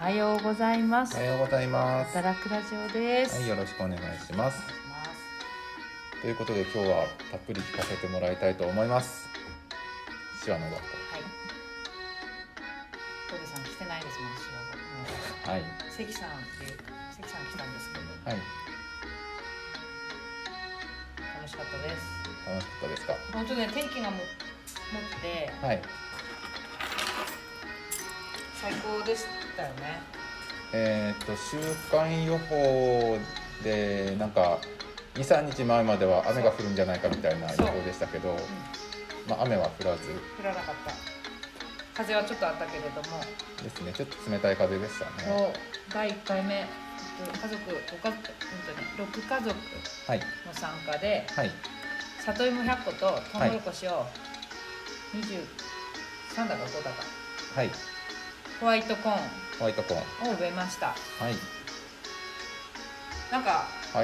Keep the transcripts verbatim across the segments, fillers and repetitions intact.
はようございます。 おはようございます。 働くラジオです。 はい、よろしくお願いします。ということで今日はたっぷり聞かせてもらいたいと思います。手話の学校。 はい。トリさん来てないですもん、手話の。 はい。 関さんっていう関さん来たんですけど。 はい。 楽しかったです。 楽しかったですか。 本当ね、天気がも持って、 はい。 最高でしたよね。 えー、っと週間予報でなんかに、さんにちまえまでは雨が降るんじゃないかみたいな予報でしたけど、うん、まあ雨は降らず。 降らなかった。風はちょっとあったけれども。 ですね。ちょっと冷たい風でしたね。 そうだいいっかいめ、家族ごかろく家族の参加で、はい、里芋ひゃっことトウモロコシをにじゅうさんだかごだか、はい、ホワイトコーンホワイトコーンを植えました。はい。なんか、はい。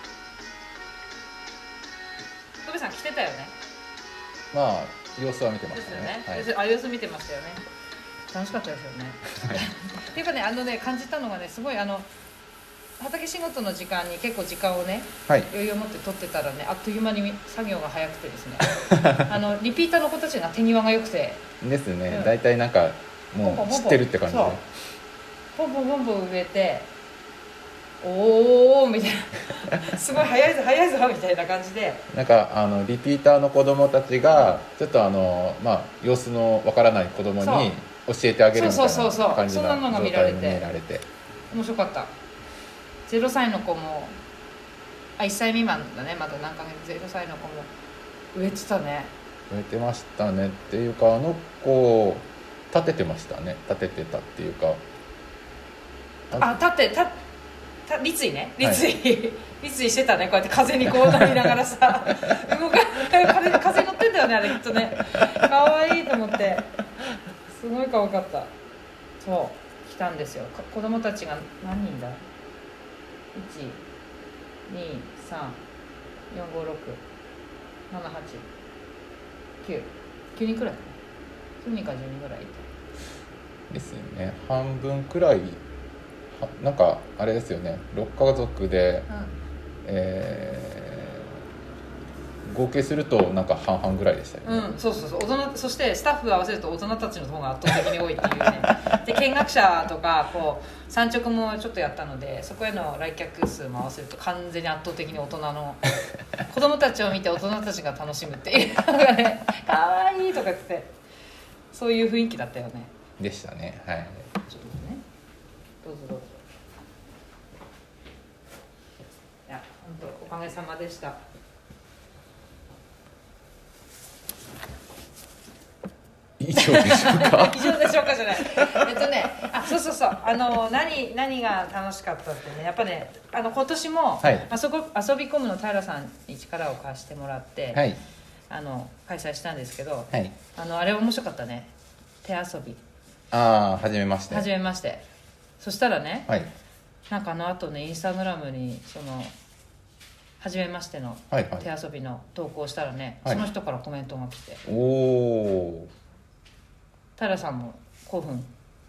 トビさん来てたよね。 まあ様子は見てましたね。 ですよね。はい、あ、様子見てましたよね。楽しかったですよね。はい、っていうかね、あのね感じたのがね、すごいあの畑仕事の時間に結構時間をね、はい、余裕を持って取ってたらね、あっという間に作業が早くてですねあのリピーターの子たちが手際が良くてですね、だいたいなんかもう知ってるって感じでポンポンポンポン植えて、おーみたいなすごい早いぞ早いぞみたいな感じで、 なんかあのリピーターの子供たちがちょっとあの、まあ、様子のわからない子供に教えてあげるみたいな感じの状態に見られて面白かった。ゼロさいの子もあいっさい未満だね、まだ何ヶ月、ゼロさいの子も植えてたね。 植えてましたね。っていうかあの子立ててましたね。立ててたっていうかあ立ってたた立位ね、立位、はい、立位してたね。こうやって風にこうなりながらさ動か風風に乗ってんだよね、あれきっとね。かわいいと思ってすごいかわかった。そう来たんですよ。子供たちが何人だ、いち、に、さん、よん、ご、ろく、なな、はち、きゅう、きゅうにんくらいかな。きゅうにんかじゅうにんぐらいいたですよね。半分くらいなんかあれですよね、ろっかぞくで、うん、えー、合計するとなんか半々ぐらいでしたよね。 うん、そうそうそう。大人、そしてスタッフ合わせると大人たちの方が圧倒的に多いっていうねで見学者とかこう産直もちょっとやったので、そこへの来客数も合わせると完全に圧倒的に大人の子供たちを見て大人たちが楽しむっていうのがねかわいいとか言って、そういう雰囲気だったよね。 でしたね。はい。 ちょっとね、どうぞどうぞ。いや、本当おかげさまでした。 以上でしょうか以上でしょうかじゃないえっとね、あ、そうそうそう、あの何何が楽しかったってね、やっぱね、あの今年も、はい、あそこ遊び込むの平さんに力を貸してもらって、はい、あの開催したんですけど、はい、あのあれ面白かったね。手遊び。 ああ、はじめまして。 はじめまして。そしたらね、はい、なんかあの後ね、インスタグラムにそのはじめましての手遊びの投稿したらね、はいはい、その人からコメントが来て、おお、平さんも興奮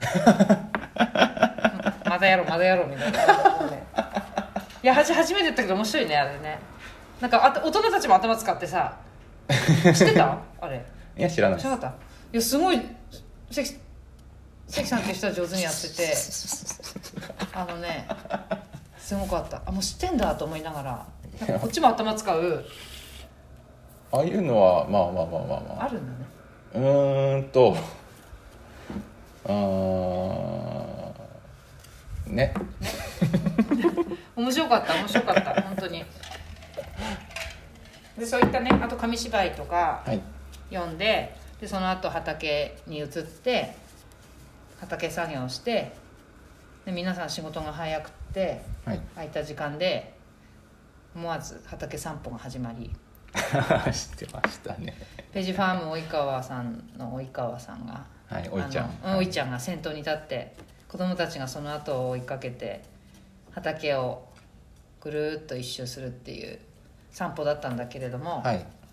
まだやろうまだやろうみたいな、ね、いや初めて言ったけど面白いね、あれね。なんかあ大人たちも頭使ってさ知ってたあれ。 いや知らない。 知らなかった。いやすごい、関関さんっていう人は上手にやっててあのねすごかった。あ、もう知ってんだと思いながら、なんかこっちも頭使うああいうのはまあまあまあまあまああるんだね。 うーんとあーね面白かった面白かった本当に。でそういったね、あと紙芝居とか読んで、はい、でその後畑に移って畑作業して、で皆さん仕事が早くて、はい、空いた時間で思わず畑散歩が始まり知ってましたね。 ページファーム及川さんの及川さんが、 はい、おいちゃん、 おいちゃんが先頭に立って子供たちがその後を追いかけて畑をぐるっと一周するっていう散歩だったんだけれども、はい、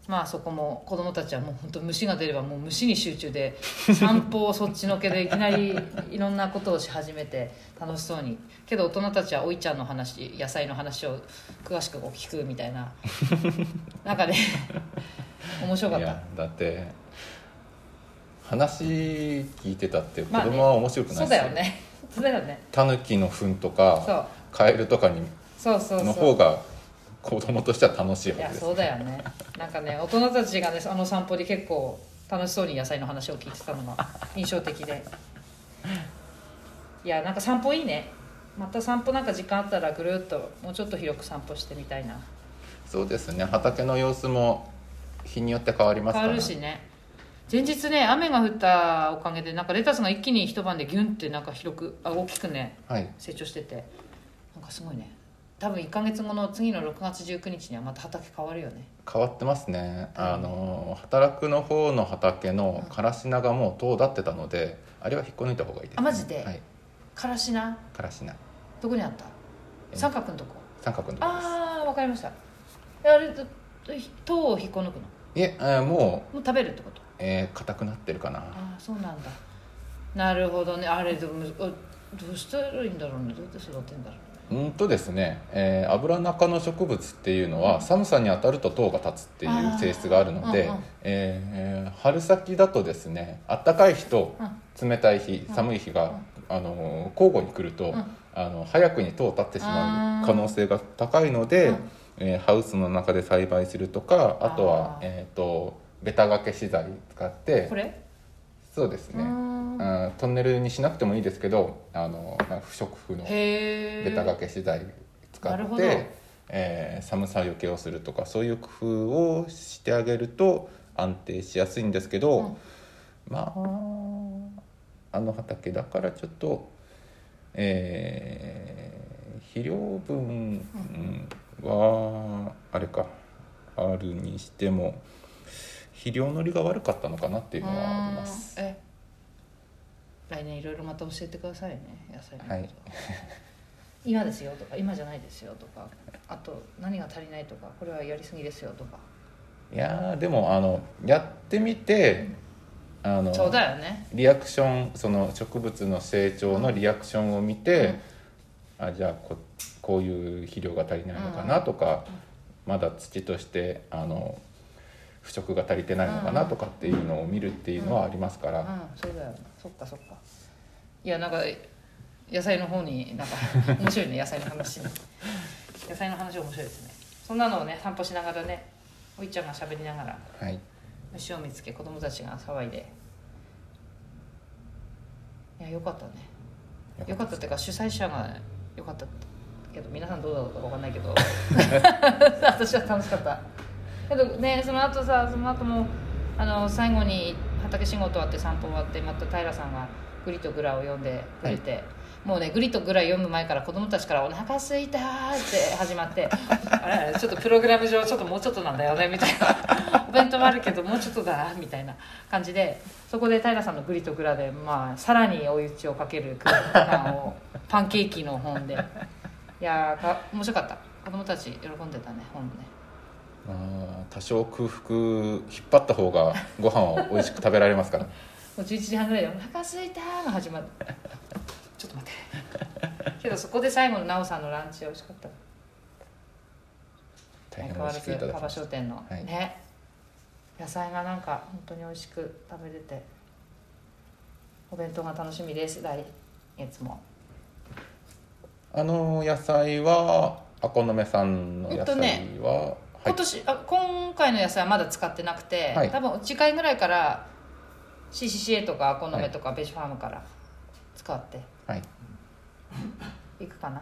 まあそこも子供たちはもう本当虫が出ればもう虫に集中で散歩をそっちのけでいきなりいろんなことをし始めて楽しそうに、けど大人たちはおいちゃんの話野菜の話を詳しくこう聞くみたいななんかね面白かった。 いやだって話聞いてたって子供は面白くないですよ、 まあね、そうだよねそうだよね。 タヌキの糞とかカエルとかにそうそうそうの方が子供としては楽しいはずです。 いやそうだよね。なんかね大人たちがねあの散歩で結構楽しそうに野菜の話を聞いてたのが印象的でいやなんか散歩いいね。また散歩なんか時間あったらぐるっともうちょっと広く散歩してみたいな。 そうですね、畑の様子も日によって変わりますから変わるしね。前日ね雨が降ったおかげでなんかレタスが一気に一晩でギュンってなんか広くあ大きくね、はい、成長しててなんかすごいね。多分いっかげつごの次のろくがつじゅうくにちにはまた畑変わるよね。 変わってますね。あの働くの方の畑のカラシナがもうとう立ってたので、うん、あれは引っこ抜いた方がいいです、ね、 あマジで、 はい、 カラシナカラシナどこにあった？三角のとこ。 三角のとこです。 ああわかりました。あれ糖を引っこ抜くの？ いえ、えー、もうもう食べるってこと？ えー、硬くなってるかな。 ああそうなんだ。なるほどね。あれでもどうしたらいいんだろうね。どうやって育てんだろうね。 うんとですね、えー、アブラナ科の植物っていうのは、うん、寒さに当たると糖が立つっていう性質があるので、うんうん、えー、春先だとですね暖かい日と冷たい日、うん、寒い日が、うん、あの交互に来ると、うん、あの早くに糖立ってしまう可能性が高いので、うん、えー、ハウスの中で栽培するとか、あとは、えー、とベタ掛け資材使ってこれそうですね、あトンネルにしなくてもいいですけどあの不織布のベタ掛け資材使って、えー、寒さよけをするとかそういう工夫をしてあげると安定しやすいんですけど、うん、まああの畑だからちょっと、えー、肥料分はあれかあるにしても肥料のりが悪かったのかなっていうのはあります。 え来年いろいろまた教えてくださいね野菜のこと、はい、今ですよとか今じゃないですよとか、あと何が足りないとかこれはやりすぎですよとか。 いやでもあのやってみて、うん、あのそうだよね。 リアクションその植物の成長のリアクションを見て、うん、あじゃあ こ, こういう肥料が足りないのかなとか、うん、まだ土としてあの腐食が足りてないのかなとかっていうのを見るっていうのはありますから、うんうんうん、そうだよね。そっかそっか。いやなんか野菜の方になんか面白いね野菜の話に野菜の話面白いですね。そんなのをね散歩しながらねおいちゃんが喋りながら、はい、虫を見つけ子供たちが騒いで、いやよかったね。よかったっていうか主催者がよかったけど皆さんどうだろうか分かんないけど私は楽しかったけどね。その後さその後もあの最後に畑仕事終わって散歩終わってまた平さんがグリとグラを読んでくれて、はい、もうねグリとグラ読む前から子供たちからお腹すいたって始まってあれあれちょっとプログラム上ちょっともうちょっとなんだよねみたいなお弁当もあるけどもうちょっとだみたいな感じで、そこで平さんのグリとグラで、まあ、さらに追い打ちをかける空間をパンケーキの本でいやか面白かった。子供たち喜んでたね本ね。 まあ、多少空腹引っ張った方がご飯を美味しく食べられますからもうじゅういちじはんぐらいでお腹すいたーが始まるちょっと待ってけどそこで最後の奈緒さんのランチ美味しかった。 大変美味しくいただきました。 幅商店の、はい、ね野菜がなんか本当に美味しく食べれてお弁当が楽しみです。来月もあの野菜はあこのめさんの野菜は、えっとねはい、今年あ今回の野菜はまだ使ってなくて、はい、多分次回ぐらいから シーシーシーエー とかあこのめとかベジファームから使っていくかな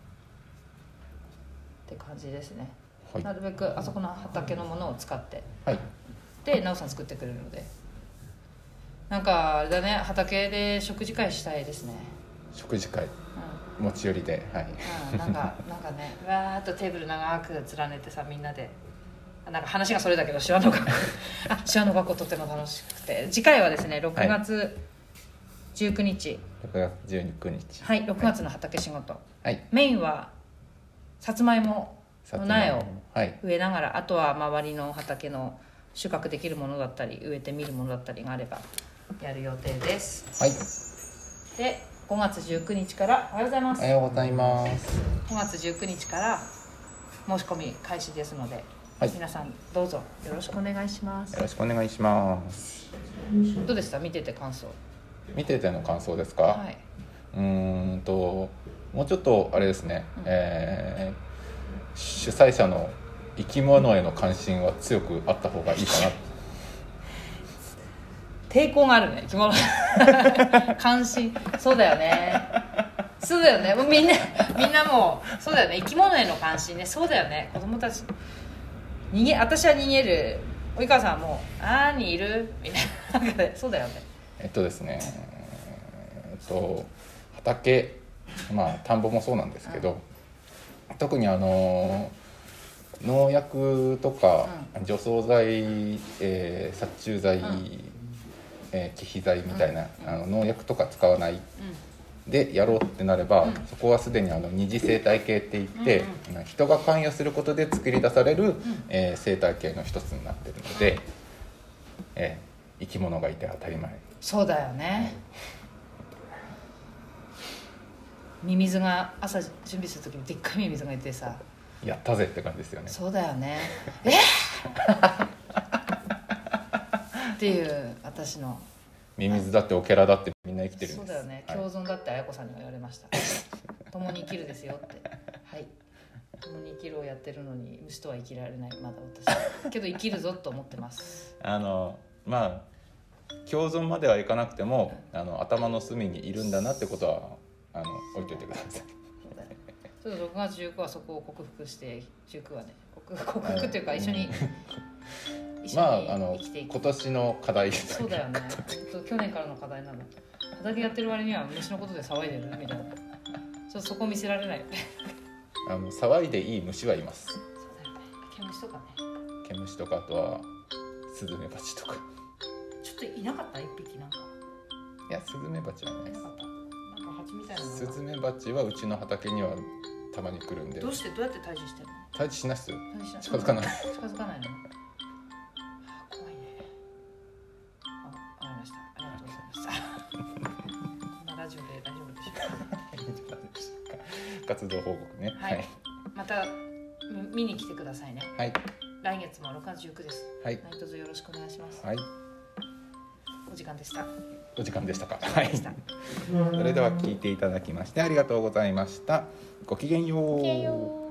って感じですね、はい、なるべくあそこの畑のものを使って、はい、で奈緒さん作ってくれるのでなんかあれだね畑で食事会したいですね。 食事会、持ち寄りで、はい、 うん、なんかなんかねわーっとテーブル長く連ねてさみんなでなんか話がそれだけど手話の学校あ手話の学校とっても楽しくて次回はですねろくがつじゅうくにち、はい、 ろくがつじゅうくにちはいろくがつの畑仕事、はい、メインはさつまいもの苗を植えながら、はい、あとは周りの畑の収穫できるものだったり植えてみるものだったりがあればやる予定です。 はい。 でごがつじゅうくにちからおはようございます。 おはようございます。 ごがつじゅうくにちから申し込み開始ですので、 はい、 皆さんどうぞよろしくお願いします。 よろしくお願いします。 どうでした？見てて感想。 見てての感想ですか？ はい、 うーんともうちょっとあれですね、うん、えー、主催者の生き物への関心は強くあった方がいいかな。 抵抗があるね、生き物関心。そうだよね、そうだよね、もうみんなみんなもうそうだよね、生き物への関心ね。そうだよね、子供たち逃げ、私は逃げる、及川さんはもうあーにいるみたいな。そうだよね。 えっとですねえっと畑、まあ田んぼもそうなんですけど、うん、特にあの農薬とか、うん、除草剤、えー、殺虫剤、うん、えー、忌避剤みたいな、うん、あの農薬とか使わない、うん、でやろうってなれば、うん、そこはすでにあの二次生態系っていって、うんうん、人が関与することで作り出される、うん、えー、生態系の一つになっているので、えー、生き物がいて当たり前。 そうだよね、うん、ミミズが朝準備する時にでっかいミミズがいてさ、 やったぜって感じですよね。 そうだよねえっていう私のミミズだってオケラだってみんな生きてるんです。 そうだよね、共存だって綾子さんにも言われました、はい、共に生きるですよって。はい、共に生きるをやってるのに虫とは生きられないまだ私けど生きるぞと思ってます。 あのまあ共存まではいかなくても、うん、あの頭の隅にいるんだなってことはあの置いといてください。そうだね、 ちょっとろくがつじゅうくはそこを克服して、じゅうくはね克服というか一緒に、 うん、一緒に生きていく、まあ、あの今年の課題。 そうだよね去年からの課題なの。畑やってる割には虫のことで騒いでるみたいな、ちょっとそこ見せられないよねあの騒いでいい虫はいます。 そうだよね、毛虫とかね、 毛虫とか、あとはスズメバチとか。 ちょっといなかった一匹なんか。 いやスズメバチはね、 いなかった。なんか蜂みたいなのが。 スズメバチはうちの畑にはたまに来るんで。 どうしてどうやって退治してるの？ 退治しないっすよ。 近づかない。 近づかないの。あ、怖いね。あ、わかりました。ありがとうございました。こんなラジオで大丈夫でしょうか。 活動報告ね。 はい。はい、また見に来てくださいね。 はい。 来月もろくがつじゅうくです。はい。何卒よろしくお願いします。 はい。 お時間でした。 お時間でしたか。はい。それでは聞いていただきましてありがとうございました。ごきげんよう。 ごきげんよう。